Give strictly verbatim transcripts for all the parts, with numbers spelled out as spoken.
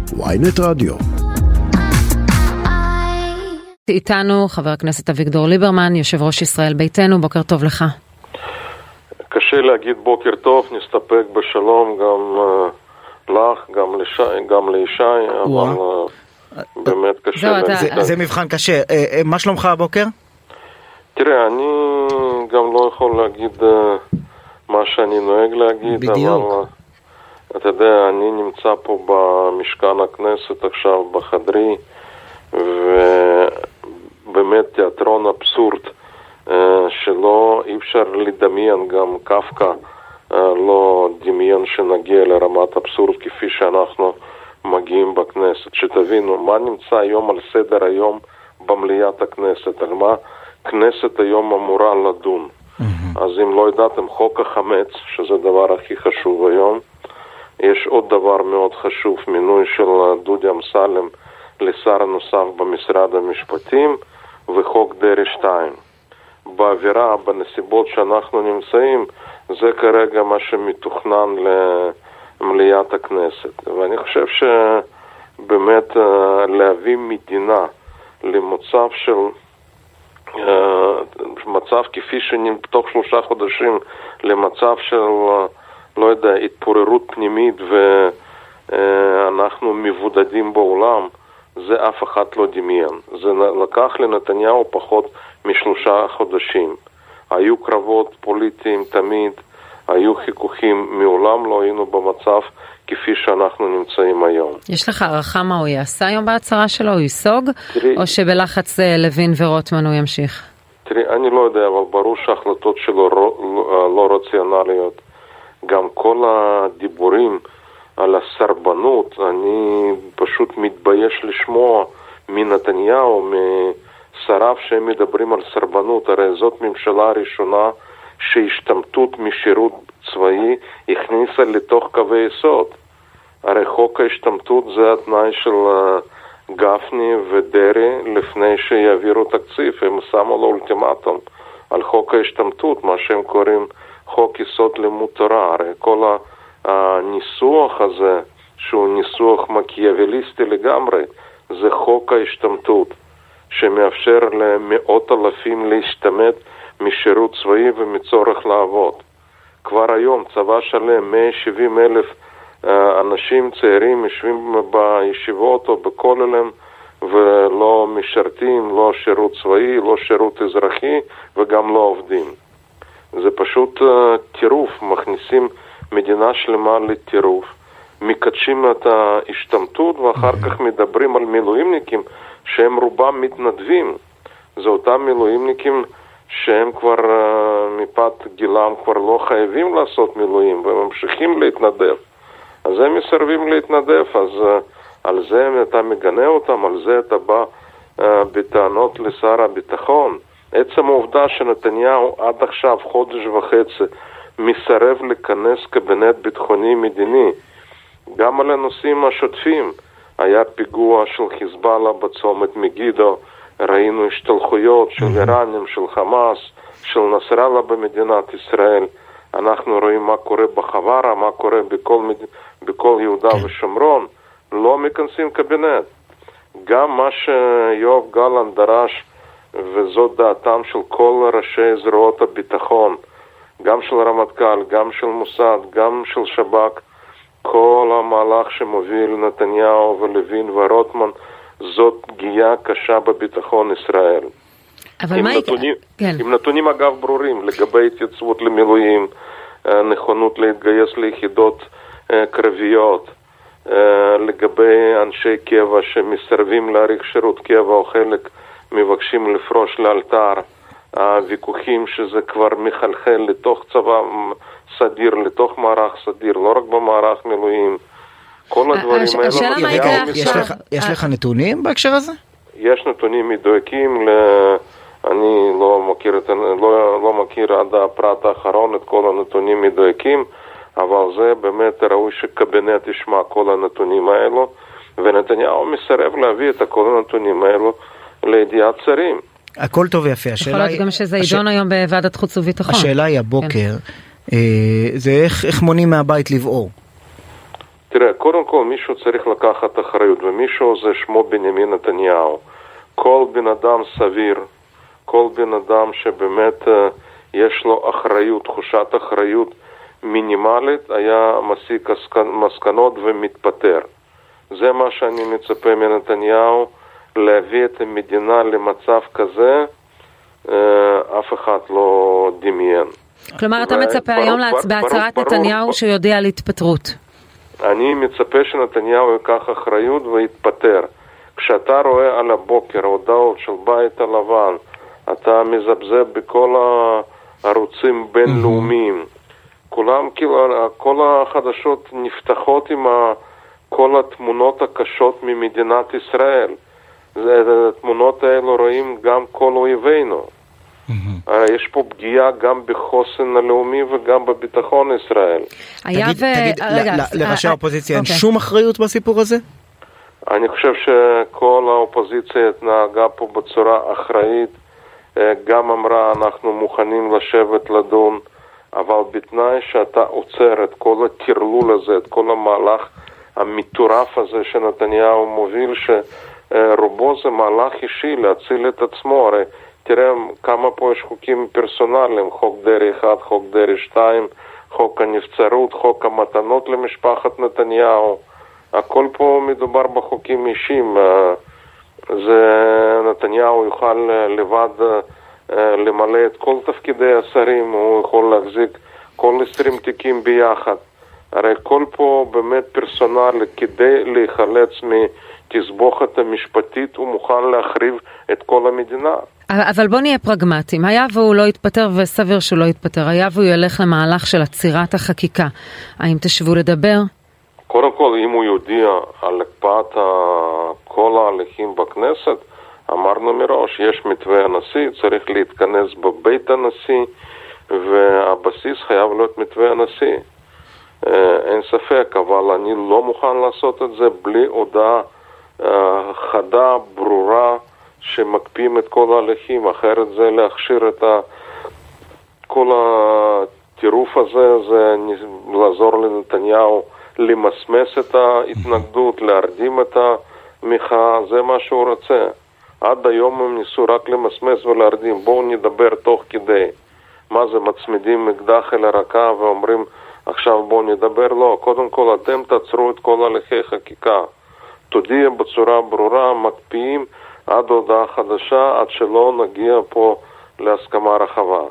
וויינט רדיו. איתנו חבר הכנסת אביגדור ליברמן, יושב ראש ישראל ביתנו, בוקר טוב לך. קשה להגיד בוקר טוב, נסתפק בשלום גם uh, לך, גם לשי, גם לישי, אבל uh, באמת קשה. זהו, אתה... זה, זה מבחן קשה. Uh, uh, מה שלומך הבוקר? תראה, אני גם לא יכול להגיד uh, מה שאני נוהג להגיד, בדיוק. אבל uh, אתה יודע, אני נמצא פה במשכן הכנסת עכשיו בחדרי, ובאמת תיאטרון אבסורד, שלא אי אפשר לדמיין, גם קפקא לא דמיין שנגיע לרמת אבסורד כפי שאנחנו מגיעים בכנסת. שתבינו מה נמצא היום על סדר היום במליאת הכנסת, על מה כנסת היום אמורה לדון. Mm-hmm. אז אם לא ידעתם, חוק החמץ, שזה הדבר הכי חשוב היום, יש עוד דבר מאוד חשוב, מינוי של דודי אמסלם לשר נוסף במשרד המשפטים, וחוק דרעי שתיים. באווירה, בנסיבות שאנחנו נמצאים, זה כרגע מה שמתוכנן למליאת הכנסת. ואני חושב שבאמת להביא מדינה למצב של מצב כפי שתוך שלושה חודשים למצב של לא יודע, התפוררות פנימית ואנחנו מבודדים בעולם, זה אף אחד לא דמיין. זה לקח לנתניהו פחות משלושה חודשים. היו קרבות פוליטיים תמיד, היו חיכוכים, מעולם לא היינו במצב כפי שאנחנו נמצאים היום. יש לך הערכה מה הוא יעשה היום בהצהרה שלו? הוא ייסוג? תראי, או שבלחץ לוין ורוטמן הוא ימשיך? תראי, אני לא יודע, אבל ברור שההחלטות שלו לא, לא רציונליות. גם כל הדיבורים על הסרבנות, אני פשוט מתבייש לשמוע מנתניהו, משריו שהם מדברים על סרבנות. הרי זאת ממשלה הראשונה שהשתמטות משירות צבאי הכניסה לתוך קווי יסוד. הרי חוק ההשתמטות זה התנאי של גפני ודרעי לפני שיעבירו תקציב. הם שמו לו אולטימטום על חוק ההשתמטות, מה שהם קוראים חוק יסוד לימוד תורה. הרי כל הניסוח הזה, שהוא ניסוח מקיאווליסטי לגמרי, זה חוק ההשתמטות, שמאפשר למאות אלפים להשתמט משירות צבאי ומצורך לעבוד. כבר היום צבא שלם, מאה ושבעים אלף אנשים צעירים יושבים בישיבות או בכוללים ולא משרתים, לא שירות צבאי, לא שירות אזרחי וגם לא עובדים. זה פשוט טירוף, מכניסים מדינה שלמה לטירוף, מקדשים את ההשתמטות ואחר כך מדברים על מילואימניקים שהם רובם מתנדבים. זה אותם מילואימניקים שהם כבר מפאת גילם כבר לא חייבים לעשות מילואים וממשיכים להתנדב. אז הם מסרבים להתנדב, אז על זה אתה מגנה אותם, על זה אתה בא בטענות לשר הביטחון. עצם העובדה שנתניהו עד עכשיו חודש וחצי מסרב לכנס קבינט ביטחוני מדיני, גם על הנושאים השוטפים. היה פיגוע של חיזבאללה בצומת מגידו, ראינו השתלחויות של איראנים, של חמאס, של נסראללה במדינת ישראל. אנחנו רואים מה קורה בחווארה, מה קורה בכל, מד... בכל יהודה ושומרון. לא מכנסים קבינט. גם מה שיואב גלנט דרש, וזאת דעתם של כל ראשי זרועות הביטחון, גם של רמטכ"ל, גם של מוסד, גם של שב"כ, כל המהלך שמוביל נתניהו ולוין ורוטמן, זאת פגיעה קשה בביטחון ישראל. אבל עם מה נתונים, כן. עם נתונים אגב ברורים, לגבי התייצבות למילואים, נכונות להתגייס ליחידות קרביות, לגבי אנשי קבע שמסרבים להאריך שירות קבע או חלק מבקשים לפרוש לאלתר, הוויכוחים שזה כבר מחלחל לתוך צבא סדיר, לתוך מערך סדיר, לא רק במערך מילואים. כל הדברים האלה... השאלה מה יקרה עכשיו? יש לך נתונים בהקשר הזה? יש נתונים מדויקים, אני לא מכיר, לא, לא מכיר עד הפרט האחרון את כל הנתונים מדויקים, אבל זה באמת ראוי שקבינט ישמע כל הנתונים האלו, ונתניהו מסרב להביא את כל הנתונים האלו לידיעת שרים. הכל טוב ויפה. יכול להיות גם שזה יידון היום בוועדת חוץ וביטחון. השאלה היא הבוקר, זה איך מונים מהבית לבעור? תראה, קודם כל מישהו צריך לקחת אחריות, ומישהו זה שמו בנימין נתניהו. כל בן אדם סביר, כל בן אדם שבאמת יש לו אחריות, תחושת אחריות מינימלית, היה מסיק מסקנות ומתפטר. זה מה שאני מצפה מנתניהו, להביא את המדינה למצב כזה, אף אחד לא דמיין. כלומר, אתה מצפה היום בהצהרת נתניהו שיודע על התפטרות. אני מצפה שנתניהו ייקח אחריות ויתפטר. כשאתה רואה על הבוקר הודעות של בית הלבן, אתה מזבזב בכל הערוצים בינלאומיים, כולם, כאילו, כל החדשות נפתחות עם כל התמונות הקשות ממדינת ישראל. התמונות האלו רואים גם כל אויבינו. יש פה פגיעה גם בחוסן הלאומי וגם בביטחון ישראל. תגיד, לראשי האופוזיציה אין שום אחריות בסיפור הזה? אני חושב שכל האופוזיציה התנהגה פה בצורה אחראית, גם אמרה אנחנו מוכנים לשבת לדון, אבל בתנאי שאתה עוצר את כל הטרלול הזה, את כל המהלך המטורף הזה שנתניהו מוביל, שרובו זה מהלך אישי להציל את עצמו. הרי תראה כמה פה יש חוקים פרסונליים, חוק דרעי אחד, חוק דרעי שתיים, חוק הנבצרות, חוק המתנות למשפחת נתניהו, הכל פה מדובר בחוקים אישיים. זה נתניהו יוכל לבד למלא את כל תפקידי השרים, הוא יכול להחזיק כל עשרים תיקים ביחד. הרי כל פה באמת פרסונלי, כדי להיחלץ מתסבוכת המשפטית הוא מוכן להחריב את כל המדינה. אבל בוא נהיה פרגמטיים, היה והוא לא יתפטר וסביר שהוא לא יתפטר, היה והוא ילך למהלך של עצירת החקיקה, האם תשבו לדבר? קודם כל, אם הוא יודיע על הקפאת כל ההליכים בכנסת, אמרנו מראש, יש מתווה הנשיא, צריך להתכנס בבית הנשיא, והבסיס חייב להיות מתווה הנשיא. אין ספק, אבל אני לא מוכן לעשות את זה בלי הודעה חדה, ברורה, שמקפיאים את כל ההליכים, אחרת זה להכשיר את ה... כל הטירוף הזה, זה לעזור לנתניהו למסמס את ההתנגדות, להרדים את המחאה, זה מה שהוא רוצה. עד היום הם ניסו רק למסמס ולהרדים, בואו נדבר תוך כדי. מה זה, מצמידים אקדח אל הרקה ואומרים עכשיו בואו נדבר? לא, קודם כל אתם תעצרו את כל הליכי חקיקה. תודיע בצורה ברורה, מקפיאים עד הודעה חדשה, עד שלא נגיע פה להסכמה רחבה.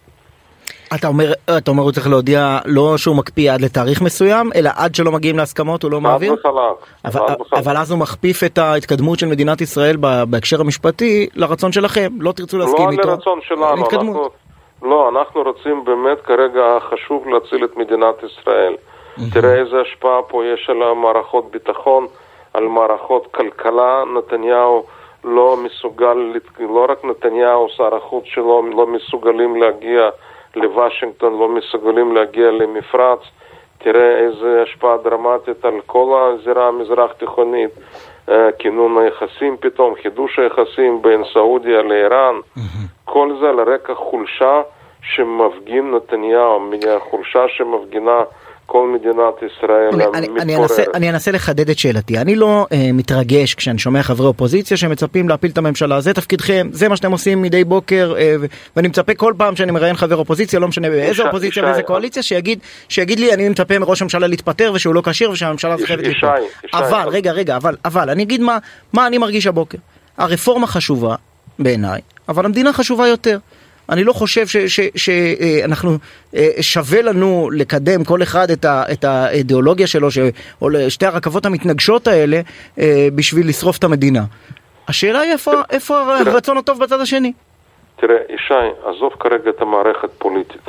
אתה אומר, אתה אומר הוא צריך להודיע לא שהוא מקפיא עד לתאריך מסוים, אלא עד שלא מגיעים להסכמות הוא לא מעביר? אבל, אבל אז הוא מכפיף את ההתקדמות של מדינת ישראל בהקשר המשפטי לרצון שלכם, לא תרצו להסכים איתו? לא לרצון שלנו, אנחנו, לא, אנחנו רוצים באמת כרגע חשוב להציל את מדינת ישראל. תראה איזה השפעה פה יש על המערכות ביטחון, על מערכות כלכלה. נתניהו לא מסוגל, לא רק נתניהו, שר החוץ שלו לא מסוגלים להגיע לוושינגטון, לא מסוגלים להגיע למפרץ. תראה איזה השפעה דרמטית על כל הזירה המזרח תיכונית, כינון היחסים פתאום, חידוש היחסים בין סעודיה לאיראן, כל זה על רקע חולשה שמפגין נתניהו, חולשה שמפגינה כל מדינת ישראל המתפוררת. אני אנסה לחדד את שאלתי. אני לא מתרגש כשאני שומע חברי אופוזיציה שמצפים להפיל את הממשלה. זה תפקידכם, זה מה שאתם עושים מדי בוקר, ואני מצפה כל פעם שאני מראיין חבר אופוזיציה, לא משנה באיזה אופוזיציה ואיזה קואליציה, שיגיד לי, אני מצפה מראש הממשלה להתפטר ושהוא לא קשיר ושהממשלה חייבת ליפול. אבל, רגע, רגע, אבל, אבל, אני אגיד מה, מה אני מרגיש הבוקר. הרפורמה חשובה בעיניי, אבל המדינה חשובה יותר. אני לא חושב שאנחנו שווה לנו לקדם כל אחד את האידיאולוגיה שלו, או שתי הרכבות המתנגשות האלה, בשביל לשרוף את המדינה. השאלה היא איפה הרצון הטוב בצד השני? תראה, ישי, עזוב כרגע את המערכת פוליטית.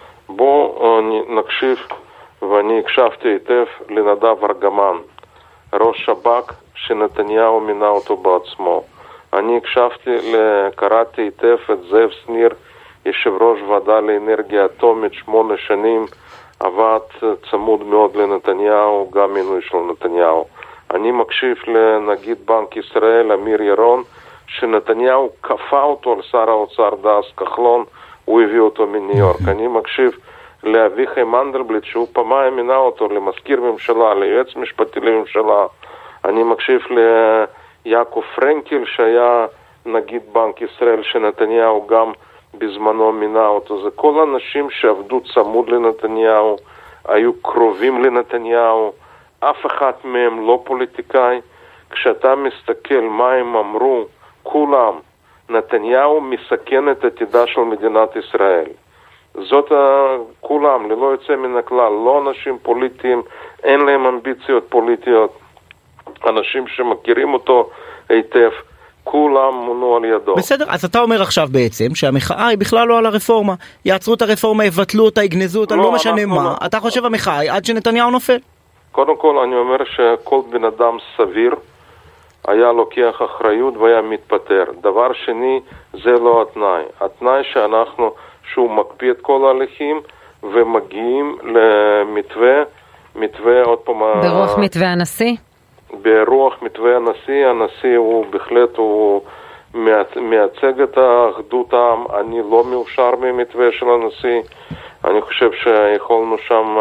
בוא נקשיב, ואני הקשבתי היטב לנדב ארגמן, ראש שב"כ שנתניהו מינה אותו בעצמו. אני הקשבתי, קראתי היטב את זאב שניר, יושב ראש ועדה לאנרגיה אטומית, שמונה שנים, עבד צמוד מאוד לנתניהו, גם מינוי של נתניהו. אני מקשיב לנגיד בנק ישראל, אמיר ירון, שנתניהו כפה אותו על שר האוצר דאז כחלון, הוא הביא אותו מניו יורק. אני מקשיב לאביחי מנדלבליט, שהוא פעמיים מינה אותו למזכיר ממשלה, ליועץ משפטי לממשלה. אני מקשיב ליעקב פרנקל, שהיה נגיד בנק ישראל, שנתניהו גם בזמנו מינה אותו. זה כל האנשים שעבדו צמוד לנתניהו, היו קרובים לנתניהו, אף אחד מהם לא פוליטיקאי. כשאתה מסתכל מה הם אמרו, כולם, נתניהו מסכן את עתידה של מדינת ישראל. זאת כולם, ללא יוצא מן הכלל, לא אנשים פוליטיים, אין להם אמביציות פוליטיות, אנשים שמכירים אותו היטב, כולם מונו על ידו. בסדר, אז אתה אומר עכשיו בעצם שהמחאה היא בכלל לא על הרפורמה, יעצרו את הרפורמה, יבטלו אותה, יגנזו אותה, לא, לא משנה מה, לא. אתה חושב המחאה היא עד שנתניהו נופל? קודם כל אני אומר שכל בן אדם סביר היה לוקח אחריות והיה מתפטר. דבר שני, זה לא התנאי. התנאי שאנחנו, שהוא מקפיא את כל ההליכים ומגיעים למתווה, מתווה עוד פעם... ברוח מתווה הנשיא? ברוח מתווה הנשיא. הנשיא הוא בהחלט, הוא מייצג את האחדות העם. אני לא מאושר ממתווה של הנשיא. אני חושב שיכולנו שם,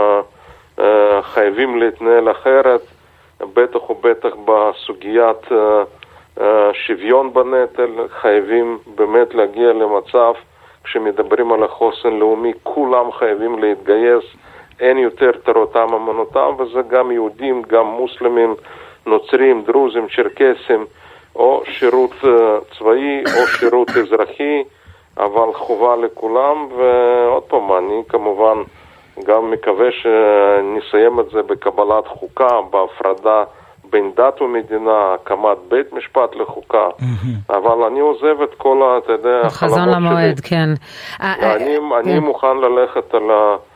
חייבים להתנהל אחרת. בטח ובטח בסוגיית uh, uh, שוויון בנטל, חייבים באמת להגיע למצב, כשמדברים על החוסן לאומי, כולם חייבים להתגייס, אין יותר תורתם אמונתם, וזה גם יהודים, גם מוסלמים, נוצרים, דרוזים, צ'רקסים, או שירות uh, צבאי או שירות אזרחי, אבל חובה לכולם. ועוד פעם, אני כמובן גם מקווה שנסיים את זה בקבלת חוקה, בהפרדה בין דת ומדינה, הקמת בית משפט לחוקה. אבל אני עוזב את כל ה... אתה יודע, חזון למועד, כן. אני מוכן ללכת על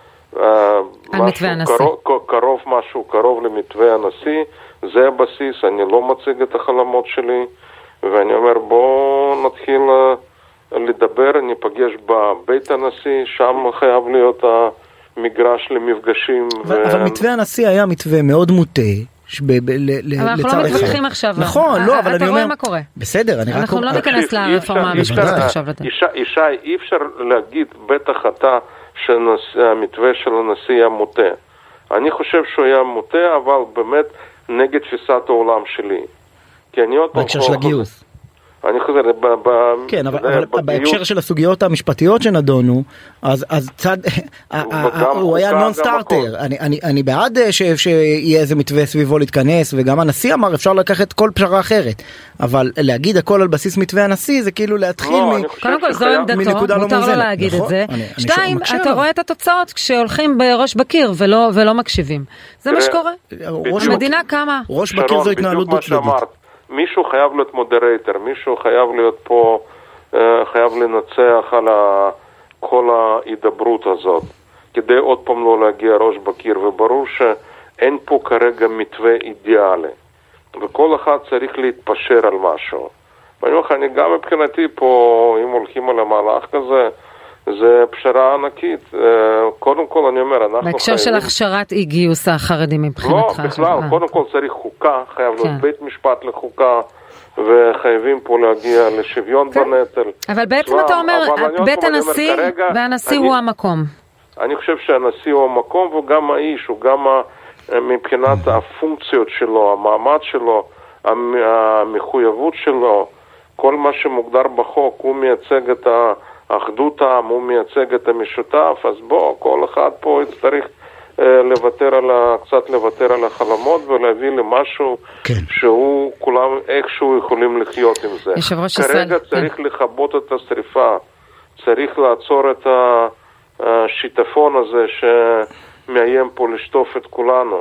מתווה הנשיא. קרוב משהו, קרוב למתווה הנשיא. זה הבסיס, אני לא מציג את החלומות שלי, ואני אומר בואו נתחיל לדבר, ניפגש בבית הנשיא, שם חייב להיות ה... מגרש למפגשים. אבל, ו... אבל מתווה הנשיא היה מתווה מאוד מוטה. אבל אנחנו לא מתווכחים עכשיו. נכון, לא, אבל אני אומר... אתה רואה מה קורה. בסדר, אני רק... אנחנו לא ניכנס לרפורמה המשפטית עכשיו. ישי, אי אפשר להגיד, בטח אתה, שהמתווה של הנשיא היה מוטה. אני חושב שהוא היה מוטה, אבל באמת נגד תפיסת העולם שלי. כי אני עוד... בהקשר של הגיוס. אני חוזר, כן, אבל בהקשר של הסוגיות המשפטיות שנדונו, אז צד, הוא היה נון סטארטר. אני בעד שיהיה איזה מתווה סביבו להתכנס, וגם הנשיא אמר אפשר לקחת כל פשרה אחרת, אבל להגיד הכל על בסיס מתווה הנשיא זה כאילו להתחיל קודם כל זו עמדתו, מותר לו להגיד את זה. שתיים, אתה רואה את התוצאות כשהולכים בראש בקיר ולא מקשיבים. זה מה שקורה. המדינה קמה. ראש בקיר זו התנהלות דו-צדדית. מישהו חייב להיות מודרטור, מישהו חייב להיות פה, חייב לנצח על כל ההידברות הזאת, כדי עוד פעם לא להגיע ראש בקיר, וברור שאין פה כרגע מתווה אידיאלי, וכל אחד צריך להתפשר על משהו. ואני אומר לך, אני גם מבחינתי פה, אם הולכים על המהלך כזה, זה פשרה ענקית. קודם כל אני אומר, אנחנו בהקשר חייבים... של הכשרת אי גיוס החרדים מבחינתך. לא, בכלל, קודם כל צריך חוקה, חייב להיות כן. בית משפט לחוקה, וחייבים פה להגיע לשוויון כן. בנטל. אבל בעצם צבא, אתה אומר, בית הנשיא, אומר, כרגע, והנשיא אני, הוא המקום. אני חושב שהנשיא הוא המקום, והוא גם האיש, הוא גם מבחינת הפונקציות שלו, המעמד שלו, המחויבות שלו, כל מה שמוגדר בחוק, הוא מייצג את ה... אחדות העם, הוא מייצג את המשותף, אז בוא, כל אחד פה יצטרך אה, לוותר על ה, קצת לוותר על החלומות ולהביא למשהו כן. שהוא, כולם איכשהו יכולים לחיות עם זה. כרגע צריך כן. לכבות את השריפה, צריך לעצור את השיטפון הזה שמאיים פה לשטוף את כולנו,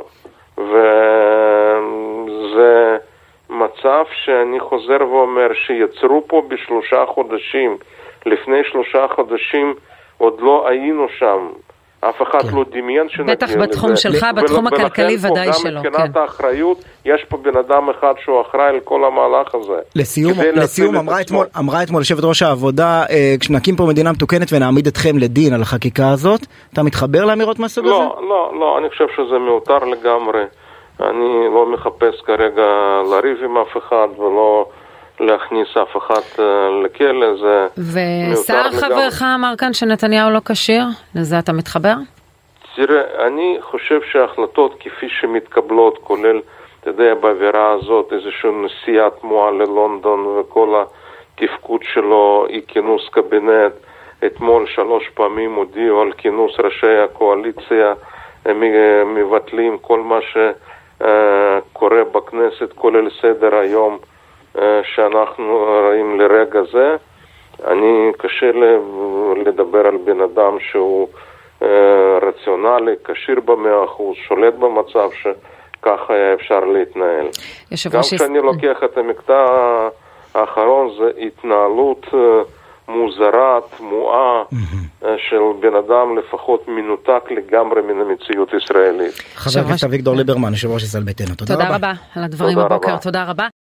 וזה מצב שאני חוזר ואומר שיצרו פה בשלושה חודשים, לפני שלושה חודשים עוד לא היינו שם. אף אחד כן. לא דמיין שנגיע לזה. בטח בתחום שלך, בתחום הכלכלי ודאי שלא. גם מבחינת כן. האחריות, יש פה בן אדם אחד שהוא אחראי על כל המהלך הזה. לסיום, לסיום אמרה אתמול, אמרה אתמול יושבת ראש העבודה, אה, כשנקים פה מדינה מתוקנת ונעמיד אתכם לדין על החקיקה הזאת, אתה מתחבר לאמירות מהסוג הזה? לא, לא, לא, אני חושב שזה מיותר לגמרי. אני לא מחפש כרגע לריב עם אף אחד ולא... להכניס אף אחד uh, לכלא, זה ושר חברך אמר כאן שנתניהו לא כשיר? לזה אתה מתחבר? תראה, אני חושב שההחלטות כפי שמתקבלות, כולל, אתה יודע, באווירה הזאת, איזושהי נסיעה תמוהה ללונדון וכל התפקוד שלו, אי כינוס קבינט, אתמול שלוש פעמים הודיעו על כינוס ראשי הקואליציה, הם מבטלים כל מה שקורה בכנסת, כולל סדר היום שאנחנו רואים לרגע זה. אני קשה לדבר על בן אדם שהוא רציונלי, כשיר במאה אחוז, שולט במצב שככה היה אפשר להתנהל. גם כשאני לוקח את המקטע האחרון, זה התנהלות מוזרה, תמוהה, של בן אדם לפחות מנותק לגמרי מן המציאות הישראלית. חבר הכנסת אביגדור ליברמן, יושב ראש ישראל ביתנו, תודה רבה. תודה רבה על הדברים בבוקר, תודה רבה.